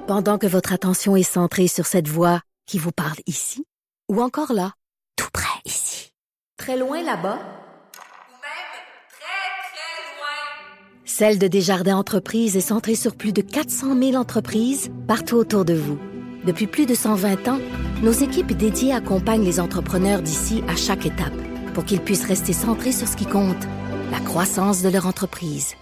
Pendant que votre attention est centrée sur cette voix qui vous parle ici, ou encore là, tout près ici, très loin là-bas, ou même très, très loin, Celle de Desjardins Entreprises est centrée sur plus de 400 000 entreprises partout autour de vous. Depuis plus de 120 ans, nos équipes dédiées accompagnent les entrepreneurs d'ici à chaque étape pour qu'ils puissent rester centrés sur ce qui compte, la croissance de leur entreprise.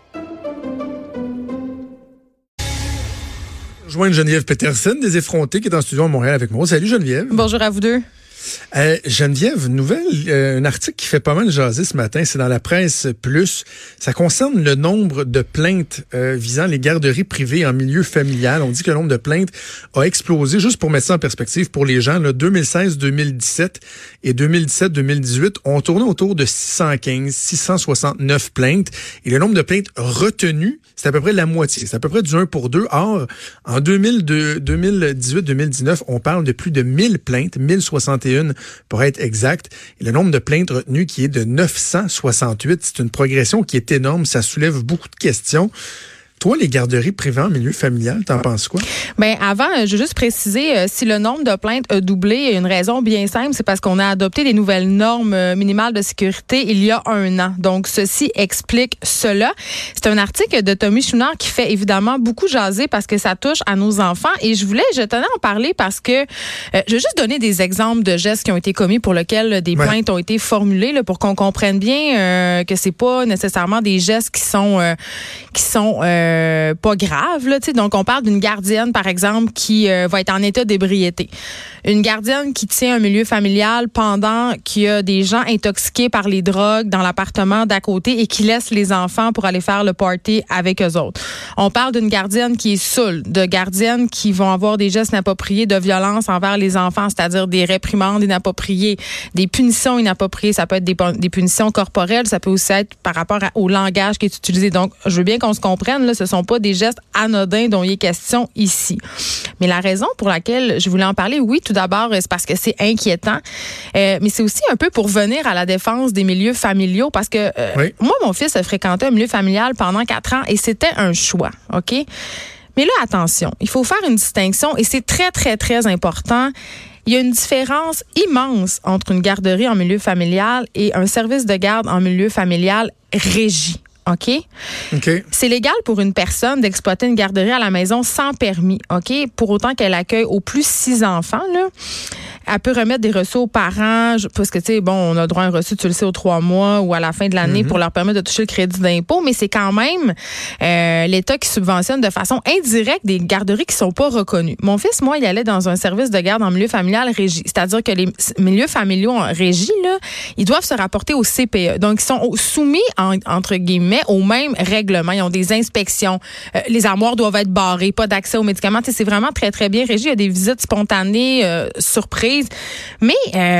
Joindre Geneviève Peterson des Effrontés qui est en studio à Montréal avec moi. Salut Geneviève. Bonjour à vous deux. Geneviève, un article qui fait pas mal jaser ce matin, c'est dans la presse plus. Ça concerne le nombre de plaintes visant les garderies privées en milieu familial. On dit que le nombre de plaintes a explosé. Juste pour mettre ça en perspective pour les gens, là, 2016-2017 et 2017-2018 ont tourné autour de 615, 669 plaintes. Et le nombre de plaintes retenues, c'est à peu près la moitié. C'est à peu près du 1 pour 2. Or, en 2018-2019, on parle de plus de 1000 plaintes, 1061 pour être exact. Et le nombre de plaintes retenues qui est de 968, c'est une progression qui est énorme. Ça soulève beaucoup de questions. Toi, les garderies privées en milieu familial, t'en penses quoi? Bien, avant, je veux juste préciser, si le nombre de plaintes a doublé, il y a une raison bien simple, c'est parce qu'on a adopté des nouvelles normes minimales de sécurité il y a 1 an. Donc, ceci explique cela. C'est un article de Tommy Chouinard qui fait évidemment beaucoup jaser parce que ça touche à nos enfants. Et je tenais à en parler parce que je veux juste donner des exemples de gestes qui ont été commis pour lesquels des plaintes ont été formulées, là, pour qu'on comprenne bien que c'est pas nécessairement des gestes qui sont pas grave, là, tu sais. Donc, on parle d'une gardienne, par exemple, qui va être en état d'ébriété. Une gardienne qui tient un milieu familial pendant qu'il y a des gens intoxiqués par les drogues dans l'appartement d'à côté et qui laisse les enfants pour aller faire le party avec eux autres. On parle d'une gardienne qui est saoule, de gardiennes qui vont avoir des gestes inappropriés de violence envers les enfants, c'est-à-dire des réprimandes inappropriées, des punitions inappropriées. Ça peut être des punitions corporelles, ça peut aussi être par rapport au langage qui est utilisé. Donc, je veux bien qu'on se comprenne, là, ce sont pas des gestes anodins dont il est question ici. Mais la raison pour laquelle je voulais en parler, oui, tout d'abord, c'est parce que c'est inquiétant, mais c'est aussi un peu pour venir à la défense des milieux familiaux, parce que moi, mon fils a fréquenté un milieu familial pendant 4 ans et c'était un choix, OK? Mais là, attention, il faut faire une distinction et c'est très, très, très important. Il y a une différence immense entre une garderie en milieu familial et un service de garde en milieu familial régi. OK? C'est légal pour une personne d'exploiter une garderie à la maison sans permis, OK? Pour autant qu'elle accueille au plus 6 enfants, là. Elle peut remettre des reçus aux parents, parce que, tu sais, bon, on a droit à un reçu, tu le sais, aux 3 mois ou à la fin de l'année pour leur permettre de toucher le crédit d'impôt, mais c'est quand même l'État qui subventionne de façon indirecte des garderies qui sont pas reconnues. Mon fils, moi, il allait dans un service de garde en milieu familial régi, c'est-à-dire que les milieux familiaux en régie, là, ils doivent se rapporter au CPE. Donc, ils sont soumis, entre guillemets, aux mêmes règlements. Ils ont des inspections. Les armoires doivent être barrées, pas d'accès aux médicaments. Tu sais, c'est vraiment très, très bien régi. Il y a des visites spontanées, surprises. Mais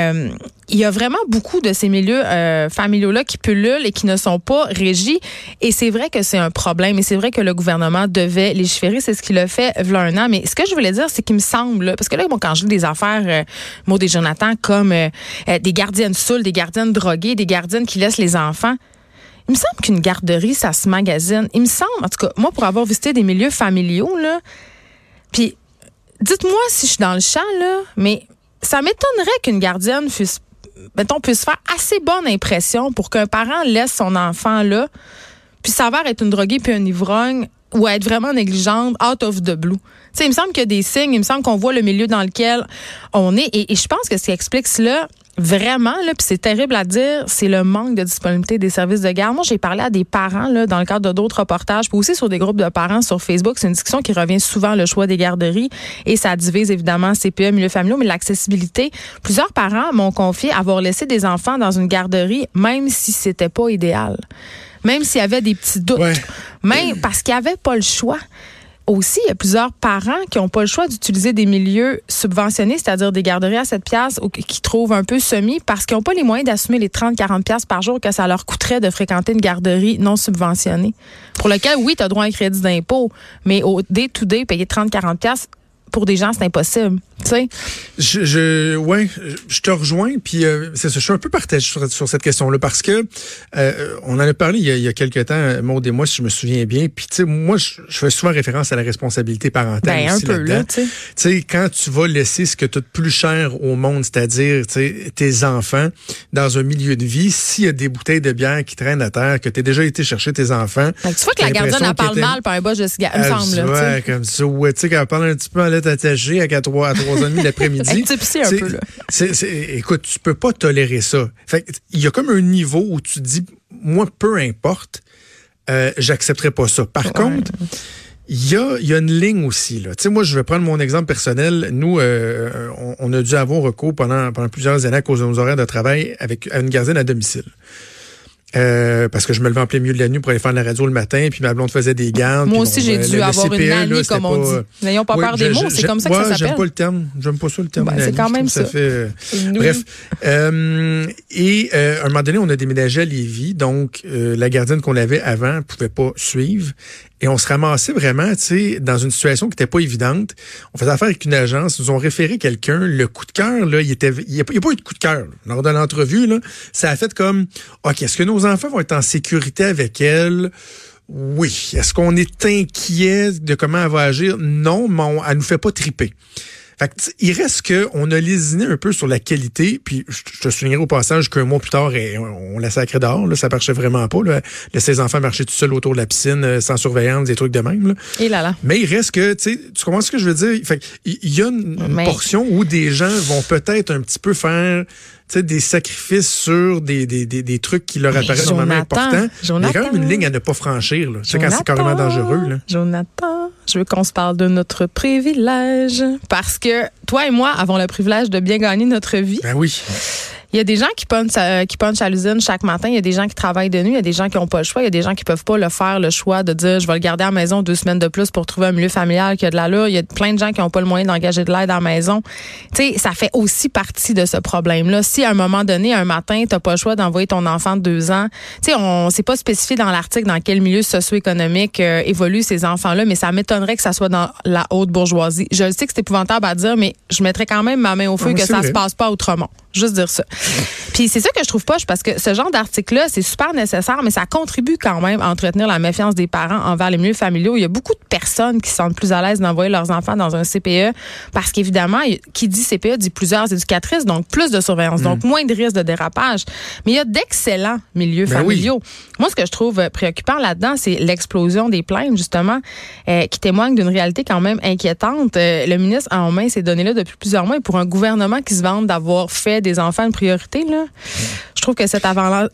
il y a vraiment beaucoup de ces milieux familiaux-là qui pullulent et qui ne sont pas régis. Et c'est vrai que c'est un problème. Et c'est vrai que le gouvernement devait légiférer. C'est ce qu'il a fait il y a 1 an. Mais ce que je voulais dire, c'est qu'il me semble, parce que là, bon, quand je lis des affaires, Maud et Jonathan, comme des gardiennes saoules, des gardiennes droguées, des gardiennes qui laissent les enfants, il me semble qu'une garderie, ça se magasine. Il me semble, en tout cas, moi, pour avoir visité des milieux familiaux, là, puis dites-moi si je suis dans le champ, là, mais ça m'étonnerait qu'une gardienne puisse faire assez bonne impression pour qu'un parent laisse son enfant là, puis s'avère être une droguée puis un ivrogne ou être vraiment négligente, out of the blue. Tu sais, il me semble qu'il y a des signes, il me semble qu'on voit le milieu dans lequel on est, et je pense que ce qui explique cela, vraiment, là, puis c'est terrible à dire, c'est le manque de disponibilité des services de garde. Moi, j'ai parlé à des parents là, dans le cadre de d'autres reportages, puis aussi sur des groupes de parents sur Facebook. C'est une discussion qui revient souvent, le choix des garderies, et ça divise évidemment CPE, milieux familiaux, mais l'accessibilité. Plusieurs parents m'ont confié avoir laissé des enfants dans une garderie, même si c'était pas idéal, même s'il y avait des petits doutes, même parce qu'il n'y avait pas le choix. Aussi, il y a plusieurs parents qui n'ont pas le choix d'utiliser des milieux subventionnés, c'est-à-dire des garderies à 7 piastres ou qui trouvent un peu semi parce qu'ils n'ont pas les moyens d'assumer les 30-40 piastres par jour que ça leur coûterait de fréquenter une garderie non subventionnée. Pour lequel, oui, tu as droit à un crédit d'impôt, mais au day-to-day, payer 30-40 piastres, pour des gens, c'est impossible. Tu sais? Je te rejoins, puis c'est ça, je suis un peu partagé sur cette question-là, parce que on en a parlé il y a quelques temps, Maud et moi, si je me souviens bien, puis tu sais, moi, je fais souvent référence à la responsabilité parentale aussi un peu là-dedans. là, tu sais. Tu sais, quand tu vas laisser ce que tu as de plus cher au monde, c'est-à-dire tes enfants, dans un milieu de vie, s'il y a des bouteilles de bière qui traînent à terre, que tu as déjà été chercher tes enfants... Donc, tu vois que la gardienne, elle parle mal par un botch de cigare, il me semble. Là, comme ça, ouais, tu sais, quand elle parle un petit peu en lettre attachée à 3h30 l'après-midi. Un peu, là. Écoute, tu peux pas tolérer ça. Fait il y a comme un niveau où tu dis, moi, peu importe, j'accepterai pas ça. Par contre, il y a une ligne aussi, là. Tu sais, moi, je vais prendre mon exemple personnel. Nous, on a dû avoir recours pendant plusieurs années à cause de nos horaires de travail à une gardienne à domicile. Parce que je me levais en plein milieu de la nuit pour aller faire de la radio le matin, puis ma blonde faisait des gardes. Moi aussi, j'ai dû avoir une nanny, comme on dit. N'ayons pas peur des mots, c'est comme ça que ça s'appelle. J'aime pas le terme. J'aime pas ça, le terme nanny. C'est quand même ça. Bref. Et à un moment donné, on a déménagé à Lévis, donc la gardienne qu'on avait avant pouvait pas suivre. Et on se ramassait vraiment, tu sais, dans une situation qui était pas évidente. On faisait affaire avec une agence, nous ont référé quelqu'un. Le coup de cœur, là, il y a pas eu de coup de cœur. Là. Lors de l'entrevue, là, ça a fait comme, OK, est-ce que nos enfants vont être en sécurité avec elle? Oui. Est-ce qu'on est inquiet de comment elle va agir? Non, mais elle nous fait pas triper. Fait que, il reste qu'on a lésiné un peu sur la qualité, puis je te soulignerai au passage qu'un mois plus tard, on la sacrait dehors, là, ça marchait vraiment pas, là. Laisser les enfants marcher tout seuls autour de la piscine, sans surveillance, des trucs de même, là. Et là. Mais il reste que, tu sais, tu comprends ce que je veux dire? Fait il y a une portion où des gens vont peut-être un petit peu faire, tu sais, des sacrifices sur des trucs qui leur apparaissent normalement importants. Il y a quand même une ligne à ne pas franchir, là. Tu sais, quand c'est carrément dangereux, là. Jonathan, je veux qu'on se parle de notre privilège. Parce que toi et moi avons le privilège de bien gagner notre vie. Ben oui. Il y a des gens qui punchent à l'usine chaque matin. Il y a des gens qui travaillent de nuit. Il y a des gens qui n'ont pas le choix. Il y a des gens qui peuvent pas le choix de dire je vais le garder à la maison 2 semaines de plus pour trouver un milieu familial qui a de l'allure. Il y a plein de gens qui n'ont pas le moyen d'engager de l'aide à la maison. Tu sais, ça fait aussi partie de ce problème-là. Si à un moment donné, un matin, tu n'as pas le choix d'envoyer ton enfant de 2 ans, tu sais, on s'est pas spécifié dans l'article dans quel milieu socio-économique évoluent ces enfants-là, mais ça m'étonnerait que ça soit dans la haute bourgeoisie. Je le sais que c'est épouvantable à dire, mais je mettrais quand même ma main au feu que ça se passe pas à Outremont. Juste dire ça. Puis c'est ça que je trouve poche, parce que ce genre d'article-là, c'est super nécessaire, mais ça contribue quand même à entretenir la méfiance des parents envers les milieux familiaux. Il y a beaucoup de personnes qui se sentent plus à l'aise d'envoyer leurs enfants dans un CPE parce qu'évidemment, qui dit CPE dit plusieurs éducatrices, donc plus de surveillance, donc moins de risques de dérapage. Mais il y a d'excellents milieux familiaux. Oui. Moi, ce que je trouve préoccupant là-dedans, c'est l'explosion des plaintes, justement, qui témoignent d'une réalité quand même inquiétante. Le ministre a en main ces données-là depuis plusieurs mois, et pour un gouvernement qui se vante d'avoir fait des enfants une priorité, là, je trouve que cette avalanche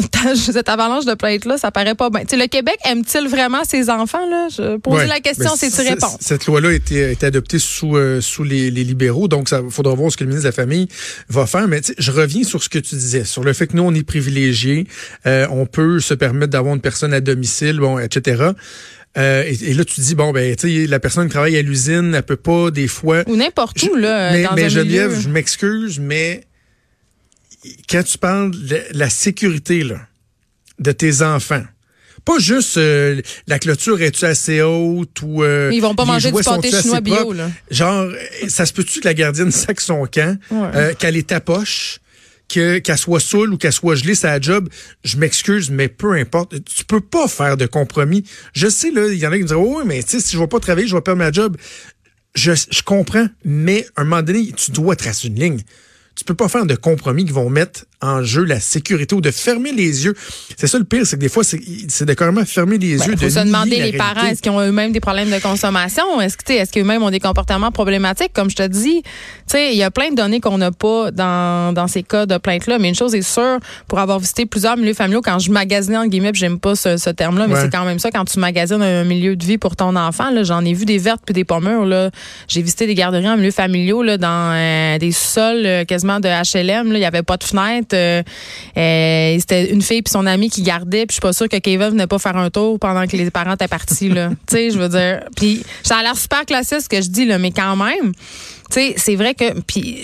de plaintes-là, ça paraît pas bien. Tu sais, le Québec aime-t-il vraiment ses enfants, là? Je posais la question, c'est tu réponds. Cette loi-là a été adoptée sous les libéraux, donc il faudra voir ce que le ministre de la Famille va faire. Mais je reviens sur ce que tu disais, sur le fait que nous, on est privilégiés, on peut se permettre d'avoir une personne à domicile, bon, etc. Et là, tu dis, bon, ben, tu sais, la personne qui travaille à l'usine, elle peut pas, des fois... Ou n'importe où, là, mais Geneviève, je m'excuse, mais quand tu parles de la sécurité, là, de tes enfants, pas juste la clôture est-tu assez haute ou ils vont pas manger du pâté chinois bio, là. Genre, ça se peut-tu que la gardienne sac son camp, qu'elle est tapoche, qu'elle soit saoule ou qu'elle soit gelée, c'est la job, je m'excuse, mais peu importe. Tu peux pas faire de compromis. Je sais, là, il y en a qui me disent, oh, oui, mais tu sais, si je vais pas travailler, je vais perdre ma job. Je comprends, mais à un moment donné, tu dois tracer une ligne. Tu peux pas faire de compromis qui vont mettre en jeu la sécurité ou de fermer les yeux. C'est ça le pire, c'est que des fois, c'est de carrément fermer les yeux. Il faut se demander, les parents, est-ce qu'ils ont eux-mêmes des problèmes de consommation? Est-ce qu'eux-mêmes ont des comportements problématiques? Comme je te dis, il y a plein de données qu'on n'a pas dans ces cas de plainte-là. Mais une chose est sûre, pour avoir visité plusieurs milieux familiaux, quand je magasinais, en guillemets, puis j'aime pas ce terme-là, mais c'est quand même ça, quand tu magasines un milieu de vie pour ton enfant, là, j'en ai vu des vertes puis des pommures, là. J'ai visité des garderies en milieux familiaux, là, dans des sols quasiment de HLM, là. Il y avait pas de fenêtre. C'était une fille puis son amie qui gardait, puis je suis pas sûre que Kevin venait pas faire un tour pendant que les parents étaient partis, là. Tu sais, je veux dire, puis ça a l'air super classique ce que je dis, là, mais quand même, tu sais, c'est vrai que puis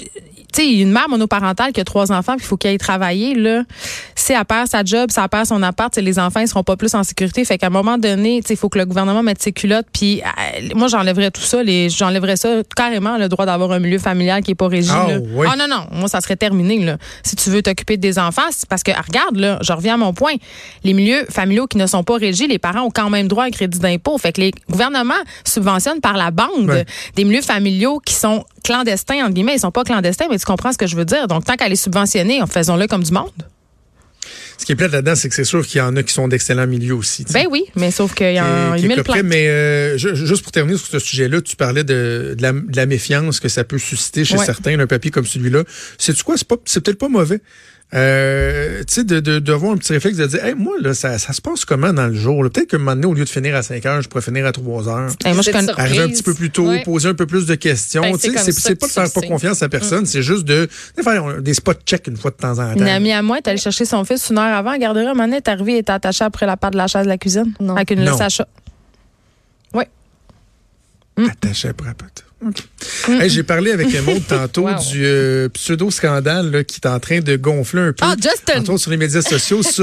tu sais, une mère monoparentale qui a 3 enfants puis il faut qu'elle aille travailler, là, si elle perd sa job, si elle perd son appart, les enfants, ils seront pas plus en sécurité. Fait qu'à un moment donné, tu sais, il faut que le gouvernement mette ses culottes. Puis moi, j'enlèverais tout ça. J'enlèverais ça carrément, le droit d'avoir un milieu familial qui est pas régi. Oui. Ah non, moi, ça serait terminé. Là. Si tu veux t'occuper des enfants, c'est parce que, regarde, là, je reviens à mon point. Les milieux familiaux qui ne sont pas régis, les parents ont quand même droit à un crédit d'impôt. Fait que les gouvernements subventionnent par la bande des milieux familiaux qui sont clandestins, entre guillemets. Ils sont pas clandestins, mais tu comprends ce que je veux dire. Donc, tant qu'à les subventionner, faisons-le comme du monde. Ce qui est plate là-dedans, c'est que c'est sûr qu'il y en a qui sont d'excellents milieux aussi. Ben oui, mais sauf qu'il y a 1000 plaintes. Mais juste pour terminer sur ce sujet-là, tu parlais de la méfiance que ça peut susciter chez certains, un papier comme celui-là. Sais-tu quoi? C'est peut-être pas mauvais. Tu sais, d'avoir un petit réflexe de dire, hey, moi, là, ça se passe comment dans le jour? Là? Peut-être qu'à un moment donné, au lieu de finir à 5 heures, je pourrais finir à 3 heures. Moi, arriver un petit peu plus tôt, poser un peu plus de questions. Tu sais, c'est pas de faire pas confiance à personne, c'est juste de faire des spot check une fois de temps en temps. Une amie à moi est allée chercher son fils 1 heure avant, à la garderie, à un moment donné, est arrivée et était attachée après la patte de la chaise de la cuisine. Non. Avec une laisse à chat. Oui. Attachée après la patte. Okay. Hey, j'ai parlé avec Maud tantôt du pseudo-scandale là, qui est en train de gonfler un peu sur les médias sociaux sur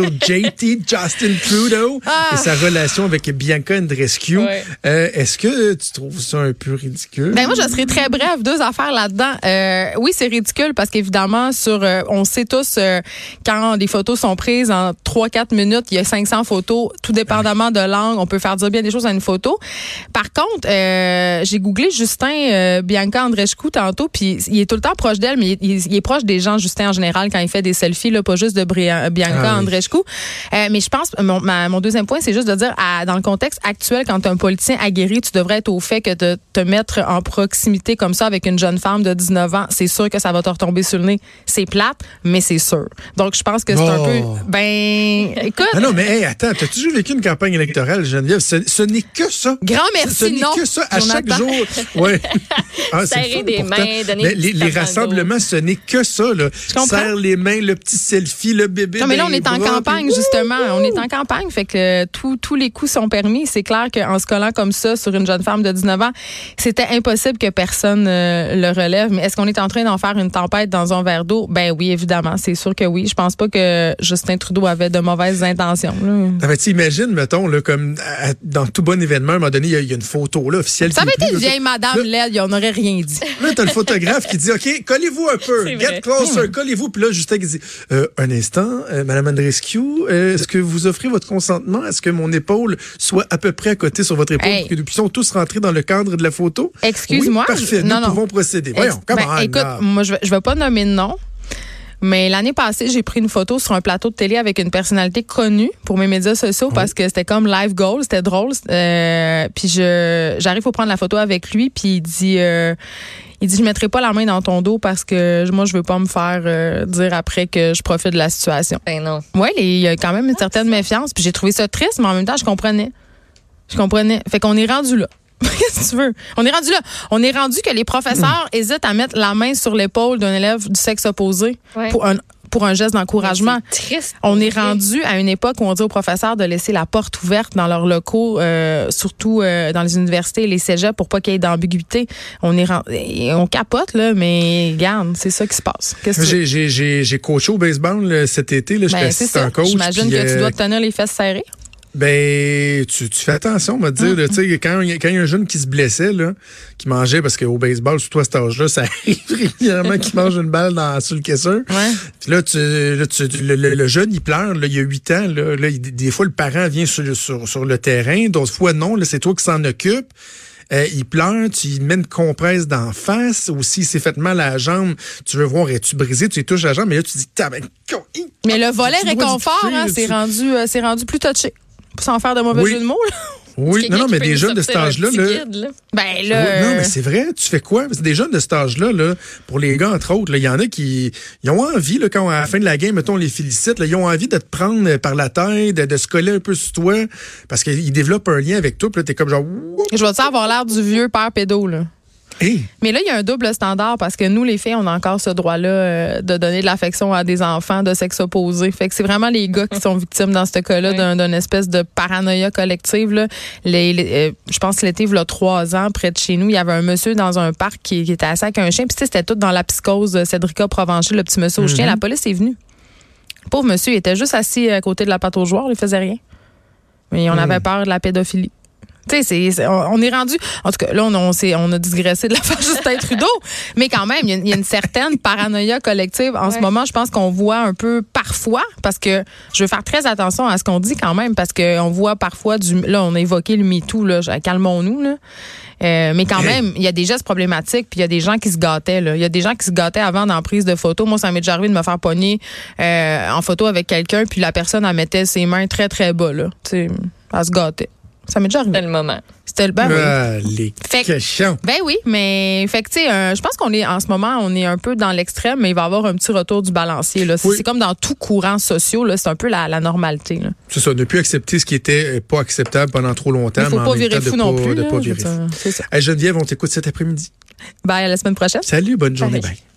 Justin Trudeau et sa relation avec Bianca Andreescu. Est-ce que tu trouves ça un peu ridicule? Ben moi, je serais très bref. 2 affaires là-dedans. Oui, c'est ridicule parce qu'évidemment, on sait tous quand des photos sont prises en 3-4 minutes, il y a 500 photos, tout dépendamment de l'angle. On peut faire dire bien des choses à une photo. Par contre, j'ai googlé Justin Bianca Andreescu tantôt, puis il est tout le temps proche d'elle, mais il est proche des gens, Justin, en général, quand il fait des selfies, là, pas juste de Bianca Andreescu. Mais je pense, mon deuxième point, c'est juste de dire, dans le contexte actuel, quand tu es un politicien aguerri, tu devrais être au fait que de te mettre en proximité comme ça avec une jeune femme de 19 ans, c'est sûr que ça va te retomber sur le nez. C'est plate, mais c'est sûr. Donc, je pense que c'est un peu... écoute... Non, mais hey, attends, t'as toujours vécu une campagne électorale, Geneviève? Ce n'est que ça. Grand merci, ce n'est que ça, à chaque jour. Ouais. Serrer des mains, donner les rassemblements, ce n'est que ça. Là. Serre les mains, le petit selfie, le bébé. Non, mais là, on est en campagne, justement. On est en campagne, fait que tous les coups sont permis. C'est clair qu'en se collant comme ça sur une jeune femme de 19 ans, c'était impossible que personne le relève. Mais est-ce qu'on est en train d'en faire une tempête dans un verre d'eau? Ben oui, évidemment. C'est sûr que oui. Je pense pas que Justin Trudeau avait de mauvaises intentions. Imagine, mettons, là, comme dans tout bon événement, à un moment donné, il y a une photo là, officielle. Ça avait été une vieille madame laide, il n'en aurait rien dit. Là, t'as le photographe qui dit, OK, collez-vous un peu. Get closer, collez-vous. Puis là, Justin qui dit, un instant, Madame Andreescu, est-ce que vous offrez votre consentement? Est-ce que mon épaule soit à peu près à côté sur votre épaule pour que nous puissions tous rentrer dans le cadre de la photo? Excuse-moi. Oui, parfait, nous pouvons procéder. Voyons, écoute, moi, je vais pas nommer de nom. Mais l'année passée, j'ai pris une photo sur un plateau de télé avec une personnalité connue pour mes médias sociaux parce que c'était comme live goal, c'était drôle. Puis j'arrive pour prendre la photo avec lui, puis il dit je mettrai pas la main dans ton dos parce que moi je veux pas me faire dire après que je profite de la situation. Ben non. Ouais, il y a quand même une certaine méfiance, puis j'ai trouvé ça triste, mais en même temps je comprenais. Fait qu'on est rendu là. Qu'est-ce que tu veux? On est rendu là. On est rendu que les professeurs hésitent à mettre la main sur l'épaule d'un élève du sexe opposé pour un geste d'encouragement. C'est triste. On est rendu à une époque où on dit aux professeurs de laisser la porte ouverte dans leurs locaux, surtout dans les universités et les cégeps, pour pas qu'il y ait d'ambiguïté. On capote, là, mais regarde, c'est ça qui se passe. J'ai coaché au baseball cet été. Là, j'étais assistant coach. J'imagine que tu dois te tenir les fesses serrées. Ben, tu fais attention, on va te dire, tu sais, quand il y a un jeune qui se blessait, là, qui mangeait, parce qu'au baseball, surtout à cet âge-là, ça arrive régulièrement qu'il mange une balle sur le caisseur. Puis là, le jeune, il pleure, là, il y a 8 ans, là, des fois, le parent vient sur le terrain, d'autres fois, non, là, c'est toi qui s'en occupe. Il pleure, tu lui mets une compresse d'en face, ou s'il s'est fait mal à la jambe, tu veux voir, es-tu brisé, tu lui touches la jambe, mais là, tu dis, mais le volet réconfort, c'est rendu plus touché. Sans faire de mauvais jeu de mots, là. Oui, non, mais des jeunes de cet âge-là, non, mais c'est vrai, tu fais quoi? Des jeunes de cet âge-là, là, pour les gars, entre autres, il y en a qui ils ont envie, là, quand à la fin de la game, mettons, on les félicite, là, ils ont envie de te prendre par la tête, de se coller un peu sur toi, parce qu'ils développent un lien avec toi, puis là, t'es comme genre... Je vais-tu avoir l'air du vieux père pédo, là? Mais là, il y a un double standard parce que nous, les filles, on a encore ce droit-là de donner de l'affection à des enfants de sexe opposé. Fait que c'est vraiment les gars qui sont victimes dans ce cas-là d'une espèce de paranoïa collective. Là. Je pense que l'été, il y a 3 ans, près de chez nous, il y avait un monsieur dans un parc qui était assis avec un chien. Puis c'était tout dans la psychose de Cédrica Provencher, le petit monsieur au chien. La police est venue. Le pauvre monsieur, il était juste assis à côté de la patte aux joueurs, il faisait rien. Mais on avait peur de la pédophilie. Tu sais, on est rendu. En tout cas, là, on a digressé de l'affaire Justin Trudeau. Mais quand même, il y a une certaine paranoïa collective. En ce moment, je pense qu'on voit un peu parfois, parce que je veux faire très attention à ce qu'on dit quand même, parce qu'on voit parfois là, on a évoqué le MeToo, là. Calmons-nous, là. Mais quand même, il y a des gestes problématiques, puis il y a des gens qui se gâtaient. Là. Il y a des gens qui se gâtaient avant dans la prise de photo. Moi, ça m'est déjà arrivé de me faire pogner en photo avec quelqu'un, puis la personne, elle mettait ses mains très, très bas. Là. Elle se gâtait. Ça m'est déjà arrivé. C'était le moment. C'était les cochons. Ben oui, mais fait que tu sais, je pense qu'on est en ce moment, on est un peu dans l'extrême, mais il va y avoir un petit retour du balancier. Là. C'est comme dans tout courant social, là, c'est un peu la normalité. Là. C'est ça, ne plus accepter ce qui était pas acceptable pendant trop longtemps. Il ne faut pas virer fou non plus. Pas virer fou. Geneviève, on t'écoute cet après-midi. Bye, à la semaine prochaine. Salut, bonne journée. Bye.